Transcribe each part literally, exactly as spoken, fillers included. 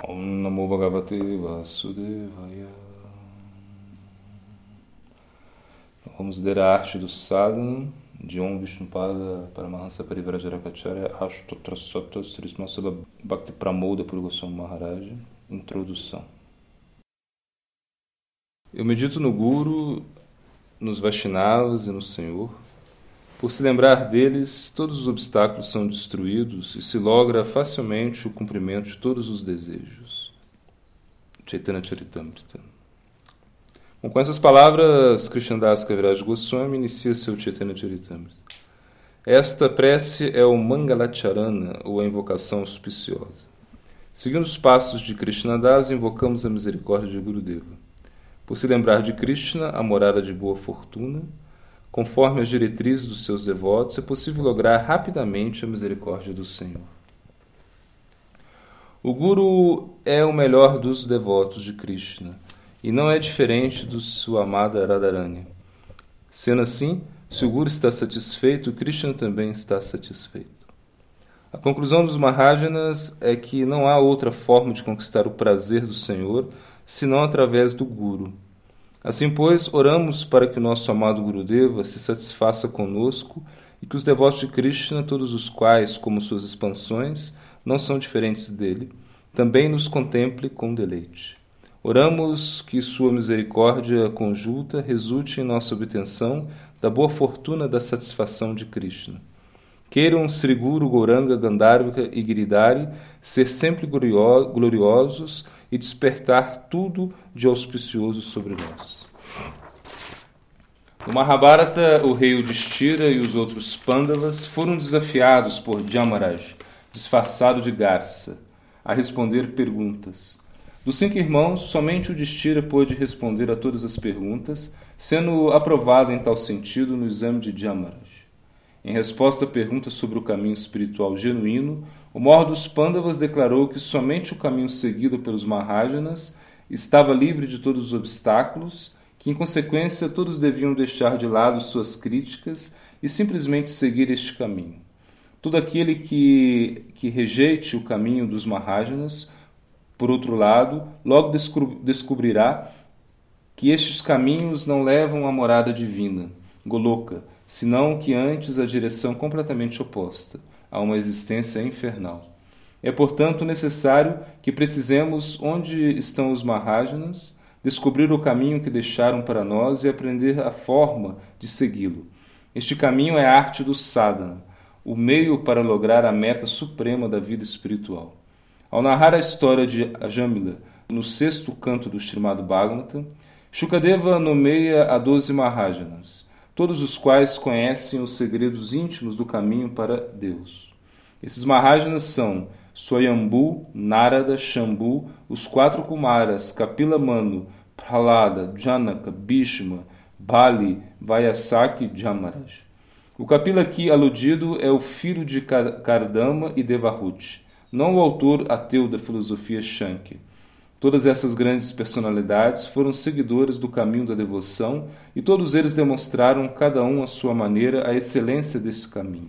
Om Namo Bhagavate Vasudevaya. Vamos ler a arte do sadhana de Om Vishnupada Paramahansa Parivrajarakaracharya Ashtotra Sapta Srismasala Bhakti Pramoda Puri Goswami Maharaj. Introdução. Eu medito no Guru, nos Vaishnavas e no Senhor. Por se lembrar deles, todos os obstáculos são destruídos e se logra facilmente o cumprimento de todos os desejos. Chaitanya Charitamrita. Bom, com essas palavras, Krishnadas Kaviraj Goswami inicia seu Chaitanya Charitamrita. Esta prece é o Mangalacharana, ou a invocação auspiciosa. Seguindo os passos de Krishnadas, invocamos a misericórdia de Gurudeva. Por se lembrar de Krishna, a morada de boa fortuna, conforme as diretrizes dos seus devotos, é possível lograr rapidamente a misericórdia do Senhor. O Guru é o melhor dos devotos de Krishna e não é diferente de sua amada Radharani. Sendo assim, se o Guru está satisfeito, Krishna também está satisfeito. A conclusão dos Mahajanas é que não há outra forma de conquistar o prazer do Senhor senão através do Guru. Assim, pois, oramos para que o nosso amado Gurudeva se satisfaça conosco e que os devotos de Krishna, todos os quais, como suas expansões, não são diferentes dele, também nos contemple com deleite. Oramos que sua misericórdia conjunta resulte em nossa obtenção da boa fortuna da satisfação de Krishna. Queiram Sri Guru, Gauranga, Gandharvika e Giridhari ser sempre gloriosos e despertar tudo de auspicioso sobre nós. No Mahabharata, o rei Yudhishthira e os outros Pandavas foram desafiados por Jamaraj, disfarçado de garça, a responder perguntas. Dos cinco irmãos, somente Yudhishthira pôde responder a todas as perguntas, sendo aprovado em tal sentido no exame de Jamaraj. Em resposta à pergunta sobre o caminho espiritual genuíno, o maior dos Pandavas declarou que somente o caminho seguido pelos Mahajanas estava livre de todos os obstáculos, que, em consequência, todos deviam deixar de lado suas críticas e simplesmente seguir este caminho. Todo aquele que, que rejeite o caminho dos Mahajanas, por outro lado, logo descobrirá que estes caminhos não levam à morada divina, Goloka, senão que antes a direção completamente oposta, a uma existência infernal. É, portanto, necessário que precisemos onde estão os Mahajanas, descobrir o caminho que deixaram para nós e aprender a forma de segui-lo. Este caminho é a arte do sadhana, o meio para lograr a meta suprema da vida espiritual. Ao narrar a história de Ajamila no sexto canto do Srimad Bhagavatam, Shukadeva nomeia a doze Mahajanas, todos os quais conhecem os segredos íntimos do caminho para Deus. Esses Mahajanas são Swayambhu, Narada, Shambhu, os quatro Kumaras, Kapila Manu, Prahlada, Janaka, Bhishma, Bali, Vyasaki e Jamaraj. O Kapila aqui aludido é o filho de Kardama e Devahuti, não o autor ateu da filosofia Shankya. Todas essas grandes personalidades foram seguidores do caminho da devoção e todos eles demonstraram, cada um à sua maneira, a excelência desse caminho.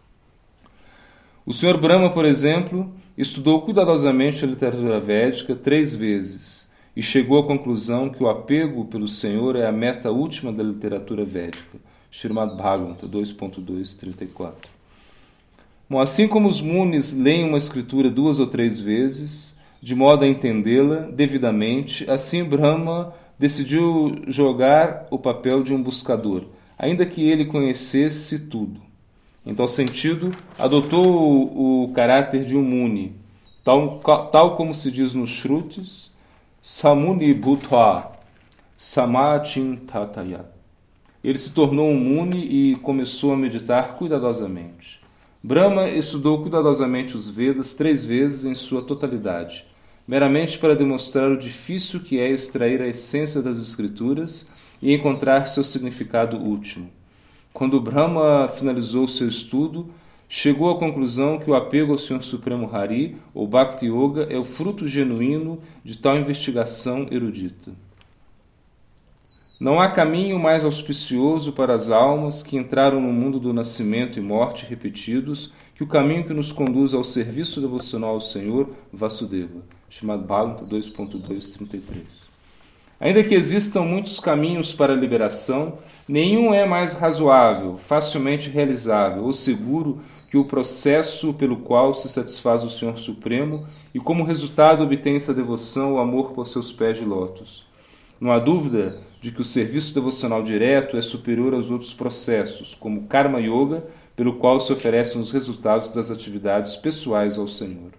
O senhor Brahma, por exemplo, estudou cuidadosamente a literatura védica três vezes e chegou à conclusão que o apego pelo Senhor é a meta última da literatura védica. Srimad Bhagavatam dois ponto dois, trinta e quatro. Bom, assim como os munis leem uma escritura duas ou três vezes, de modo a entendê-la devidamente, assim Brahma decidiu jogar o papel de um buscador, ainda que ele conhecesse tudo. Em tal sentido, adotou o, o caráter de um muni, tal, tal como se diz nos Shrutis, Samuni Bhutva Samachintatayat. Ele se tornou um muni e começou a meditar cuidadosamente. Brahma estudou cuidadosamente os Vedas três vezes em sua totalidade, meramente para demonstrar o difícil que é extrair a essência das Escrituras e encontrar seu significado último. Quando Brahma finalizou seu estudo, chegou à conclusão que o apego ao Senhor Supremo Hari, ou Bhakti Yoga, é o fruto genuíno de tal investigação erudita. Não há caminho mais auspicioso para as almas que entraram no mundo do nascimento e morte repetidos que o caminho que nos conduz ao serviço devocional ao Senhor Vasudeva. Srimad Bhagavatam dois ponto dois, trinta e três. Ainda que existam muitos caminhos para a liberação, nenhum é mais razoável, facilmente realizável ou seguro que o processo pelo qual se satisfaz o Senhor Supremo e como resultado obtém-se a devoção, o amor por seus pés de lótus. Não há dúvida de que o serviço devocional direto é superior aos outros processos, como o Karma Yoga, pelo qual se oferecem os resultados das atividades pessoais ao Senhor.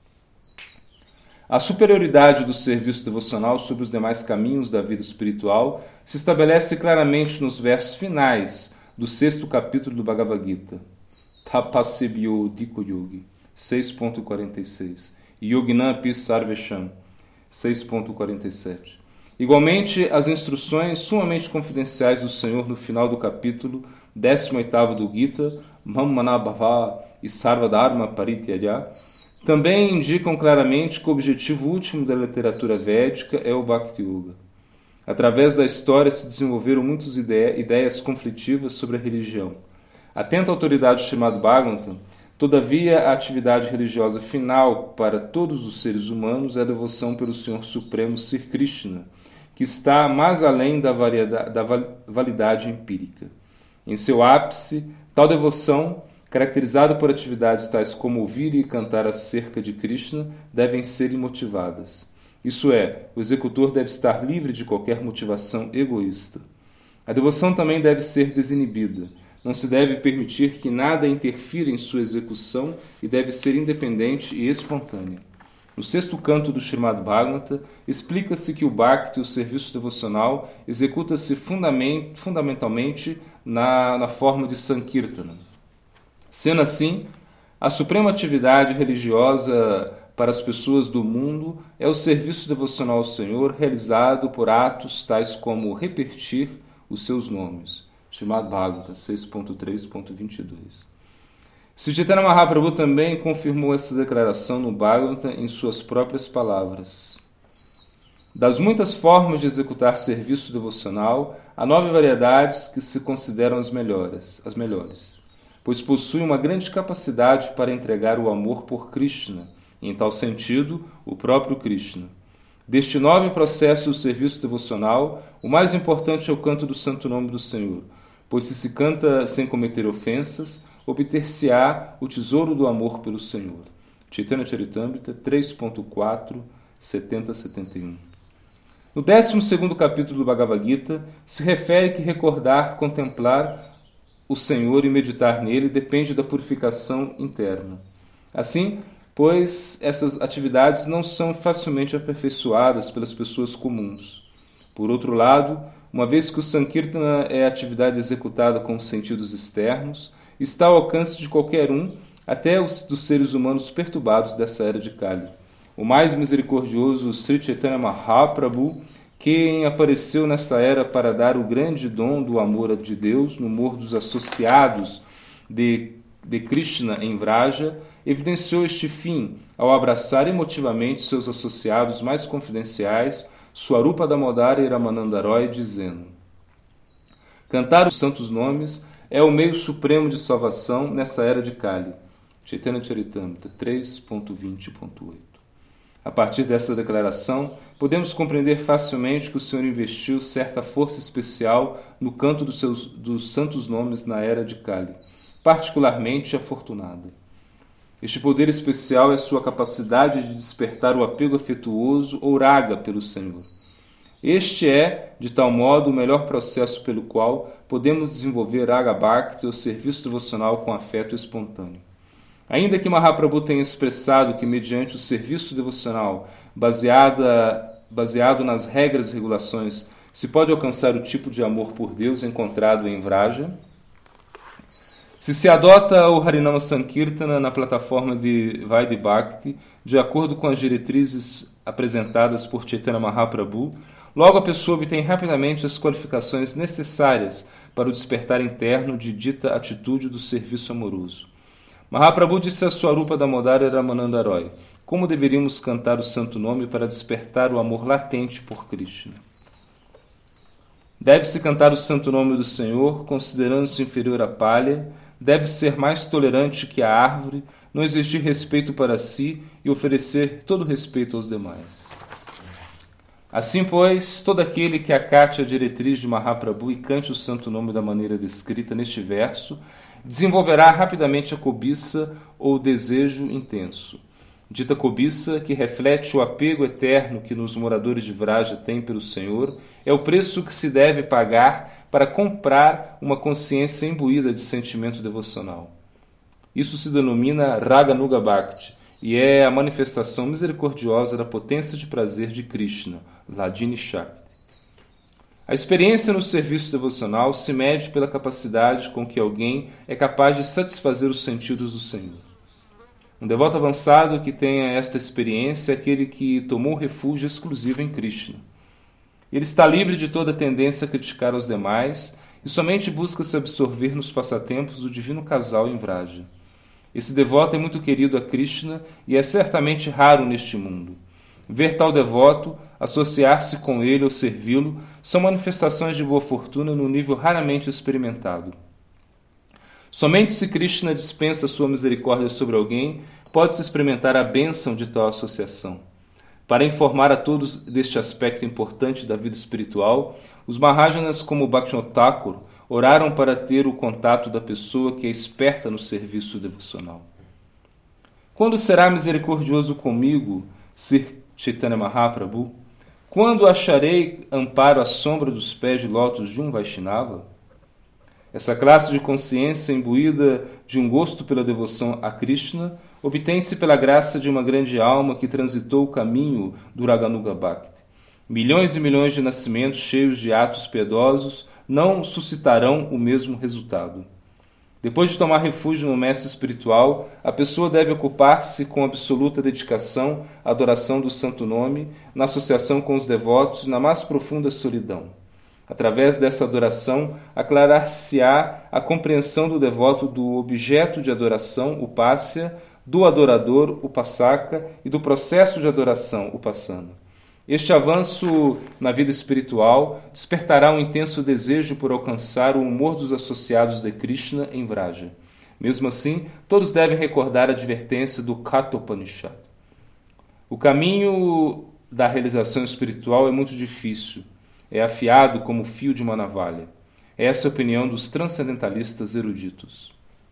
A superioridade do serviço devocional sobre os demais caminhos da vida espiritual se estabelece claramente nos versos finais do sexto capítulo do Bhagavad Gita, Tapasebhyo Diko Yogi, seis ponto quarenta e seis, Yoginam Api Sarvesham, seis ponto quarenta e sete. Igualmente, as instruções sumamente confidenciais do Senhor no final do capítulo décimo oitavo do Gita, Mammanabhava e Sarvadharma Parityaja, também indicam claramente que o objetivo último da literatura védica é o Bhakti Yoga. Através da história se desenvolveram muitas ideias conflitivas sobre a religião. Atenta à autoridade do Srimad Bhagavatam, todavia a atividade religiosa final para todos os seres humanos é a devoção pelo Senhor Supremo Sri Krishna, que está mais além da, variedade, da validade empírica. Em seu ápice, tal devoção, caracterizada por atividades tais como ouvir e cantar acerca de Krishna, devem ser imotivadas. Isso é, o executor deve estar livre de qualquer motivação egoísta. A devoção também deve ser desinibida. Não se deve permitir que nada interfira em sua execução e deve ser independente e espontânea. No sexto canto do Srimad Bhagavatam, explica-se que o Bhakti, o serviço devocional, executa-se fundamentalmente na, na forma de Sankirtana. Sendo assim, a suprema atividade religiosa para as pessoas do mundo é o serviço devocional ao Senhor realizado por atos tais como repetir os seus nomes. Srimad Bhagavatam seis ponto três ponto vinte e dois. Sri Chaitanya Mahaprabhu também confirmou essa declaração no Bhagavatam em suas próprias palavras. Das muitas formas de executar serviço devocional, há nove variedades que se consideram as melhores, as melhores, pois possuem uma grande capacidade para entregar o amor por Krishna, e, em tal sentido, o próprio Krishna. Deste nove processos do serviço devocional, o mais importante é o canto do Santo Nome do Senhor, pois se se canta sem cometer ofensas, obter-se-á o tesouro do amor pelo Senhor. Chaitanya Charitamrita três ponto quatro, setenta a setenta e um. No décimo segundo capítulo do Bhagavad Gita, se refere que recordar, contemplar o Senhor e meditar nele depende da purificação interna. Assim, pois essas atividades não são facilmente aperfeiçoadas pelas pessoas comuns. Por outro lado, uma vez que o Sankirtana é atividade executada com sentidos externos, está ao alcance de qualquer um, até os dos seres humanos perturbados dessa era de Kali. O mais misericordioso Sri Chaitanya Mahaprabhu, quem apareceu nesta era para dar o grande dom do amor de Deus no humor dos associados de, de Krishna em Vraja, evidenciou este fim ao abraçar emotivamente seus associados mais confidenciais, Swarupa Damodara e Ramananda Roy, dizendo: cantar os santos nomes é o meio supremo de salvação nessa era de Kali. Chaitanya Charitamrita três ponto vinte ponto oito. A partir dessa declaração, podemos compreender facilmente que o Senhor investiu certa força especial no canto dos, seus, dos santos nomes na era de Kali, particularmente afortunada. Este poder especial é sua capacidade de despertar o apego afetuoso ou raga pelo Senhor. Este é, de tal modo, o melhor processo pelo qual podemos desenvolver Raga Bhakti, ou serviço devocional com afeto espontâneo. Ainda que Mahaprabhu tenha expressado que, mediante o serviço devocional baseada, baseado nas regras e regulações, se pode alcançar o tipo de amor por Deus encontrado em Vraja, se se adota o Harinama Sankirtana na plataforma de Vaidhi Bhakti, de acordo com as diretrizes apresentadas por Chaitanya Mahaprabhu, logo a pessoa obtém rapidamente as qualificações necessárias para o despertar interno de dita atitude do serviço amoroso. Mahaprabhu disse a Swarupa Damodara e Ramananda Roy: como deveríamos cantar o santo nome para despertar o amor latente por Krishna? Deve-se cantar o santo nome do Senhor, considerando-se inferior à palha, deve ser mais tolerante que a árvore, não exigir respeito para si e oferecer todo respeito aos demais. Assim, pois, todo aquele que acate a diretriz de Mahaprabhu e cante o santo nome da maneira descrita neste verso, desenvolverá rapidamente a cobiça ou desejo intenso. Dita cobiça, que reflete o apego eterno que nos moradores de Vraja têm pelo Senhor, é o preço que se deve pagar para comprar uma consciência imbuída de sentimento devocional. Isso se denomina Raganuga Bhakti e é a manifestação misericordiosa da potência de prazer de Krishna, Vladini Shakti. A experiência no serviço devocional se mede pela capacidade com que alguém é capaz de satisfazer os sentidos do Senhor. Um devoto avançado que tenha esta experiência é aquele que tomou refúgio exclusivo em Krishna. Ele está livre de toda tendência a criticar os demais e somente busca se absorver nos passatempos do divino casal em Vraja. Esse devoto é muito querido a Krishna e é certamente raro neste mundo. Ver tal devoto, associar-se com ele ou servi-lo, são manifestações de boa fortuna no nível raramente experimentado. Somente se Krishna dispensa sua misericórdia sobre alguém, pode-se experimentar a bênção de tal associação. Para informar a todos deste aspecto importante da vida espiritual, os Mahajanas como Bhaktivinoda Thakur oraram para ter o contato da pessoa que é esperta no serviço devocional. Quando será misericordioso comigo, Sri Chaitanya Mahaprabhu? Quando acharei amparo à sombra dos pés de lótus de um Vaishnava? Essa classe de consciência imbuída de um gosto pela devoção a Krishna obtém-se pela graça de uma grande alma que transitou o caminho do Raganuga Bhakti. Milhões e milhões de nascimentos cheios de atos piedosos não suscitarão o mesmo resultado. Depois de tomar refúgio no mestre espiritual, a pessoa deve ocupar-se com absoluta dedicação à adoração do santo nome, na associação com os devotos, na mais profunda solidão. Através dessa adoração, aclarar-se-á a compreensão do devoto do objeto de adoração, o Pásya, do adorador, o Pasaka, e do processo de adoração, o Pasana. Este avanço na vida espiritual despertará um intenso desejo por alcançar o humor dos associados de Krishna em Vraja. Mesmo assim, todos devem recordar a advertência do Kathopanishad. O caminho da realização espiritual é muito difícil, é afiado como o fio de uma navalha. Essa é a opinião dos transcendentalistas eruditos.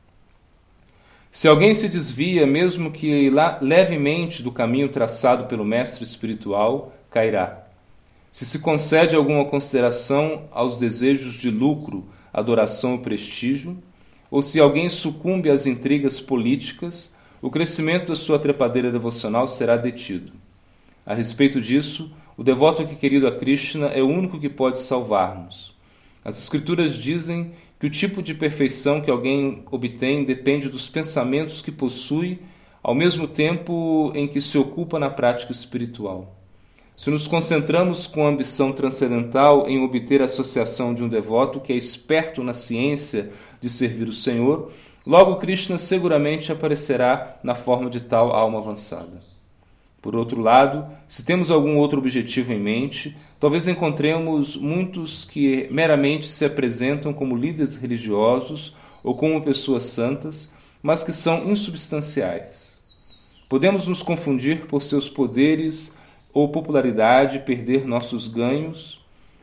Se alguém se desvia, mesmo que levemente, do caminho traçado pelo mestre espiritual, cairá. Se se concede alguma consideração aos desejos de lucro, adoração ou prestígio, ou se alguém sucumbe às intrigas políticas, o crescimento da sua trepadeira devocional será detido. A respeito disso, o devoto que querido a Krishna é o único que pode salvar-nos. As Escrituras dizem que o tipo de perfeição que alguém obtém depende dos pensamentos que possui, ao mesmo tempo em que se ocupa na prática espiritual. Se nos concentramos com a ambição transcendental em obter a associação de um devoto que é esperto na ciência de servir o Senhor, logo Krishna seguramente aparecerá na forma de tal alma avançada. Por outro lado, se temos algum outro objetivo em mente, talvez encontremos muitos que meramente se apresentam como líderes religiosos ou como pessoas santas, mas que são insubstanciais. Podemos nos confundir por seus poderes ou popularidade, perder nossos ganhos,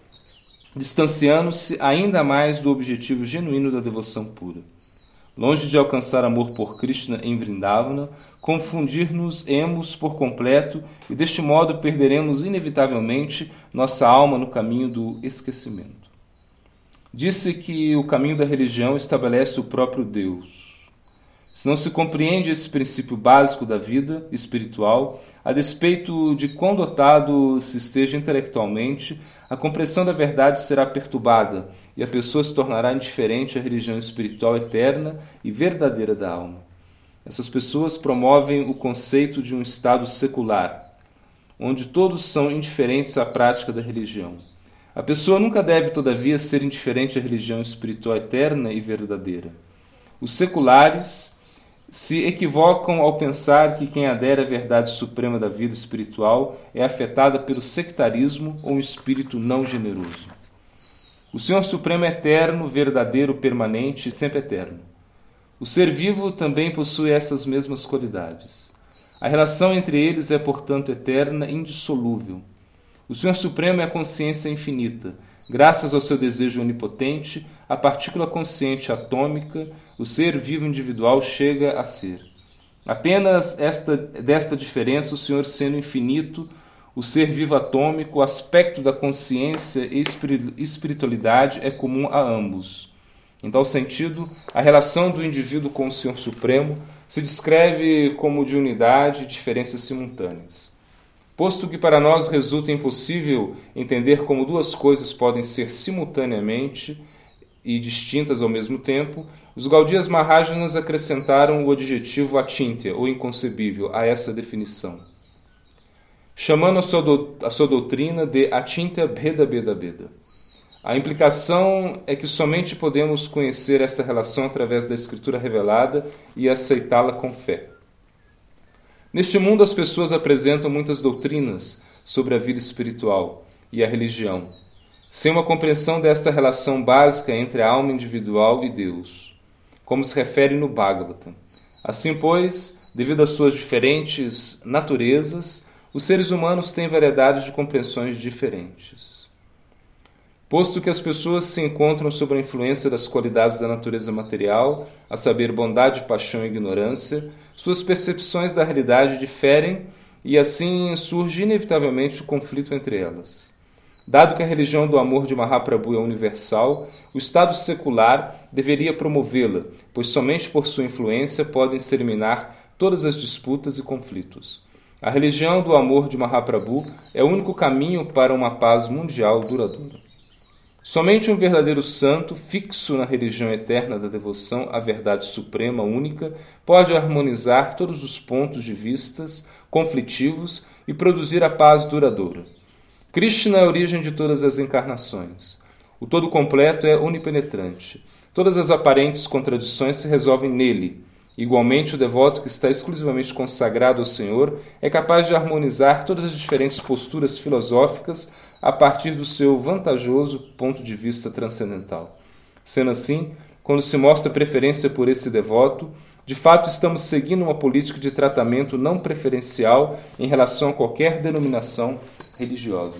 distanciando-se ainda mais do objetivo genuíno da devoção pura. Longe de alcançar amor por Krishna em Vrindavana, confundir-nos-emos por completo e deste modo perderemos inevitavelmente nossa alma no caminho do esquecimento. Disse que o caminho da religião estabelece o próprio Deus. Se não se compreende esse princípio básico da vida espiritual, a despeito de quão dotado se esteja intelectualmente, a compreensão da verdade será perturbada e a pessoa se tornará indiferente à religião espiritual eterna e verdadeira da alma. Essas pessoas promovem o conceito de um estado secular, onde todos são indiferentes à prática da religião. A pessoa nunca deve, todavia, ser indiferente à religião espiritual eterna e verdadeira. Os seculares se equivocam ao pensar que quem adere à verdade suprema da vida espiritual é afetada pelo sectarismo ou um espírito não generoso. O Senhor Supremo é eterno, verdadeiro, permanente e sempre eterno. O ser vivo também possui essas mesmas qualidades. A relação entre eles é, portanto, eterna e indissolúvel. O Senhor Supremo é a consciência infinita. Graças ao seu desejo onipotente, a partícula consciente atômica, o ser vivo individual chega a ser. Apenas esta, desta diferença, o Senhor sendo infinito, o ser vivo atômico, o aspecto da consciência e espiritualidade é comum a ambos. Em tal sentido, a relação do indivíduo com o Senhor Supremo se descreve como de unidade e diferenças simultâneas. Posto que para nós resulta impossível entender como duas coisas podem ser simultaneamente e distintas ao mesmo tempo, os Gaudias Mahajanas acrescentaram o adjetivo achintya, ou inconcebível, a essa definição, chamando a sua, do, a sua doutrina de achintya bheda bheda bheda. A implicação é que somente podemos conhecer essa relação através da Escritura revelada e aceitá-la com fé. Neste mundo, as pessoas apresentam muitas doutrinas sobre a vida espiritual e a religião, sem uma compreensão desta relação básica entre a alma individual e Deus, como se refere no Bhagavatam. Assim, pois, devido às suas diferentes naturezas, os seres humanos têm variedades de compreensões diferentes. Posto que as pessoas se encontram sob a influência das qualidades da natureza material, a saber, bondade, paixão e ignorância, suas percepções da realidade diferem e assim surge inevitavelmente o conflito entre elas. Dado que a religião do amor de Mahaprabhu é universal, o Estado secular deveria promovê-la, pois somente por sua influência podem se eliminar todas as disputas e conflitos. A religião do amor de Mahaprabhu é o único caminho para uma paz mundial duradoura. Somente um verdadeiro santo, fixo na religião eterna da devoção à verdade suprema única, pode harmonizar todos os pontos de vistas conflitivos e produzir a paz duradoura. Krishna é a origem de todas as encarnações. O todo completo é onipenetrante. Todas as aparentes contradições se resolvem nele. Igualmente, o devoto que está exclusivamente consagrado ao Senhor é capaz de harmonizar todas as diferentes posturas filosóficas a partir do seu vantajoso ponto de vista transcendental. Sendo assim, quando se mostra preferência por esse devoto, de fato estamos seguindo uma política de tratamento não preferencial em relação a qualquer denominação religiosa.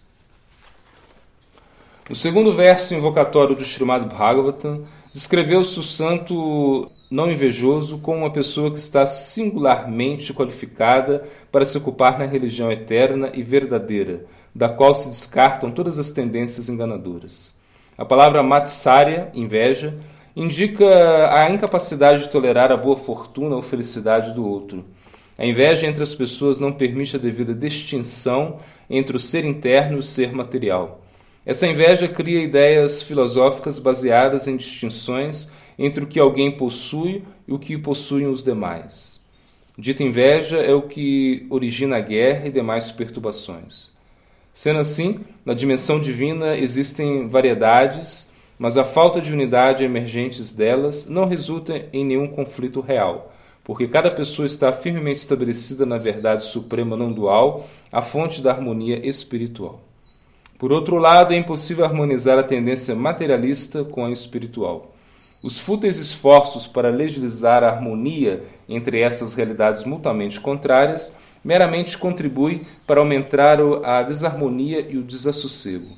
No segundo verso invocatório do Srimad Bhagavatam, descreveu-se o santo não invejoso como uma pessoa que está singularmente qualificada para se ocupar na religião eterna e verdadeira, da qual se descartam todas as tendências enganadoras. A palavra matsarya, inveja, indica a incapacidade de tolerar a boa fortuna ou felicidade do outro. A inveja entre as pessoas não permite a devida distinção entre o ser interno e o ser material. Essa inveja cria ideias filosóficas baseadas em distinções entre o que alguém possui e o que possuem os demais. Dita inveja é o que origina a guerra e demais perturbações. Sendo assim, na dimensão divina existem variedades, mas a falta de unidade emergentes delas não resulta em nenhum conflito real, porque cada pessoa está firmemente estabelecida na verdade suprema não dual, a fonte da harmonia espiritual. Por outro lado, é impossível harmonizar a tendência materialista com a espiritual. Os fúteis esforços para legislar a harmonia entre essas realidades mutuamente contrárias meramente contribuem para aumentar a desarmonia e o desassossego.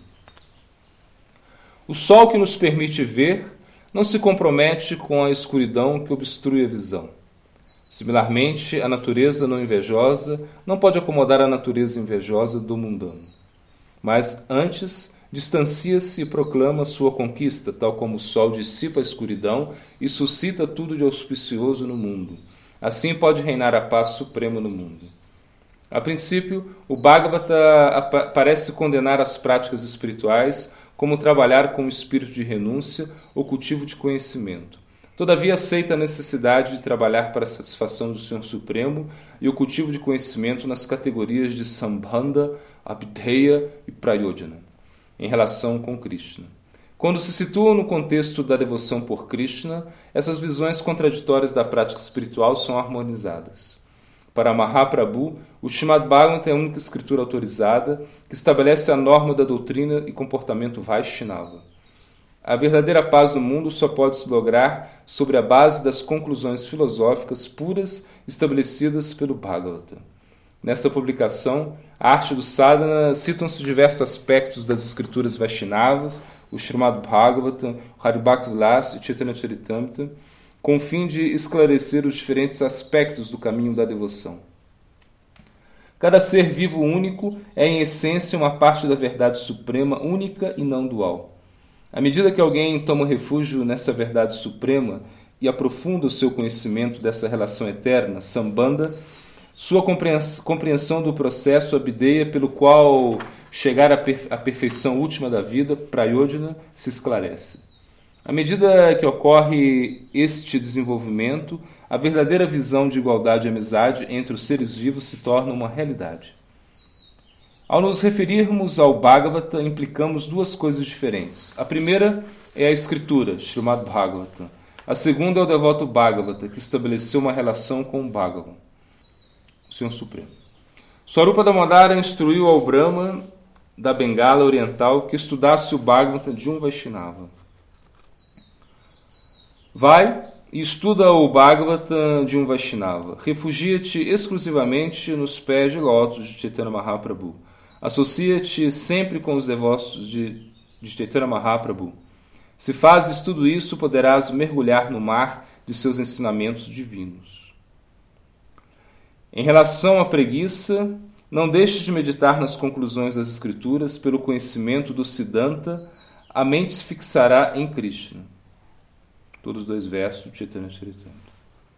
O sol que nos permite ver não se compromete com a escuridão que obstrui a visão. Similarmente, a natureza não invejosa não pode acomodar a natureza invejosa do mundano. Mas antes distancia-se e proclama sua conquista, tal como o sol dissipa a escuridão e suscita tudo de auspicioso no mundo. Assim pode reinar a paz suprema no mundo. A princípio, o Bhagavata parece condenar as práticas espirituais como trabalhar com o espírito de renúncia ou cultivo de conhecimento. Todavia, aceita a necessidade de trabalhar para a satisfação do Senhor Supremo e o cultivo de conhecimento nas categorias de Sambandha, Abhideya e Prayojana, em relação com Krishna. Quando se situam no contexto da devoção por Krishna, essas visões contraditórias da prática espiritual são harmonizadas. Para Mahaprabhu, o Srimad Bhagavatam é a única escritura autorizada que estabelece a norma da doutrina e comportamento Vaishnava. A verdadeira paz no mundo só pode se lograr sobre a base das conclusões filosóficas puras estabelecidas pelo Bhagavata. Nessa publicação, A Arte do Sadhana, citam-se diversos aspectos das escrituras Vaishnavas, o Srimad Bhagavatam, o Haribhakti Vilas e Chaitanya Charitamrita, com o fim de esclarecer os diferentes aspectos do caminho da devoção. Cada ser vivo único é, em essência, uma parte da verdade suprema, única e não dual. À medida que alguém toma refúgio nessa verdade suprema e aprofunda o seu conhecimento dessa relação eterna, sambandha, sua compreensão do processo abdeia pelo qual chegar à perfeição última da vida, prayojana, se esclarece. À medida que ocorre este desenvolvimento, a verdadeira visão de igualdade e amizade entre os seres vivos se torna uma realidade. Ao nos referirmos ao Bhagavata, implicamos duas coisas diferentes. A primeira é a escritura, Srimad Bhagavatam. A segunda é o devoto Bhagavata, que estabeleceu uma relação com o Bhagavan, o Senhor Supremo. Swarupa Damodara instruiu ao Brahma da Bengala Oriental que estudasse o Bhagavata de um Vaishnava. Vai e estuda o Bhagavata de um Vaishnava. Refugia-te exclusivamente nos pés de lótus de Chaitanya Mahaprabhu. Associa-te sempre com os devotos de, de Chaitanya Mahaprabhu. Se fazes tudo isso, poderás mergulhar no mar de seus ensinamentos divinos. Em relação à preguiça, não deixes de meditar nas conclusões das Escrituras. Pelo conhecimento do Siddhanta, a mente se fixará em Krishna. Todos os dois versos de Chaitanya Charitamrita.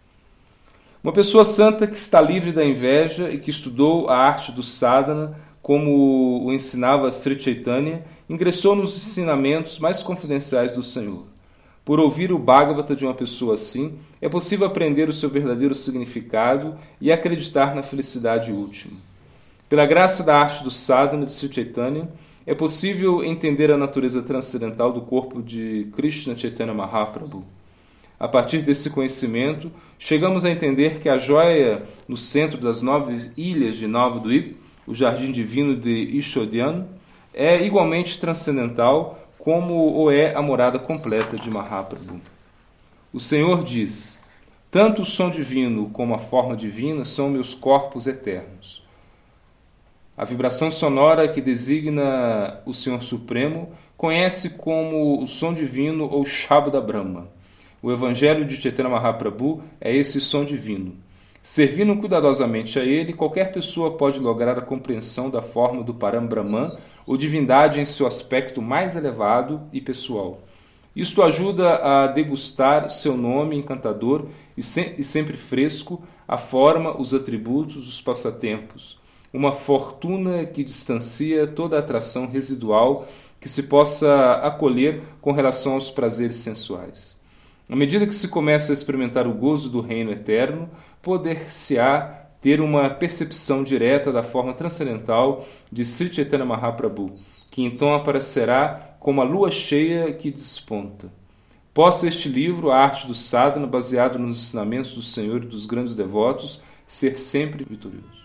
Uma pessoa santa que está livre da inveja e que estudou a arte do sadhana, como o ensinava Sri Chaitanya, ingressou nos ensinamentos mais confidenciais do Senhor. Por ouvir o Bhagavata de uma pessoa assim, é possível aprender o seu verdadeiro significado e acreditar na felicidade última. Pela graça da arte do sadhana de Sri Chaitanya, é possível entender a natureza transcendental do corpo de Krishna Chaitanya Mahaprabhu. A partir desse conhecimento, chegamos a entender que a joia no centro das nove ilhas de Navadvip, o jardim divino de Ishodhyan, é igualmente transcendental como o é a morada completa de Mahaprabhu. O Senhor diz: tanto o som divino como a forma divina são meus corpos eternos. A vibração sonora que designa o Senhor Supremo conhece como o som divino ou Shabda Brahma. O Evangelho de Chaitanya Mahaprabhu é esse som divino. Servindo cuidadosamente a ele, qualquer pessoa pode lograr a compreensão da forma do Param Brahman, ou divindade em seu aspecto mais elevado e pessoal. Isto ajuda a degustar seu nome encantador e, se- e sempre fresco, a forma, os atributos, os passatempos. Uma fortuna que distancia toda a atração residual que se possa acolher com relação aos prazeres sensuais. À medida que se começa a experimentar o gozo do reino eterno, poder-se-á ter uma percepção direta da forma transcendental de Sri Chaitanya Mahaprabhu, que então aparecerá como a lua cheia que desponta. Possa este livro, A Arte do Sadhana, baseado nos ensinamentos do Senhor e dos grandes devotos, ser sempre vitorioso.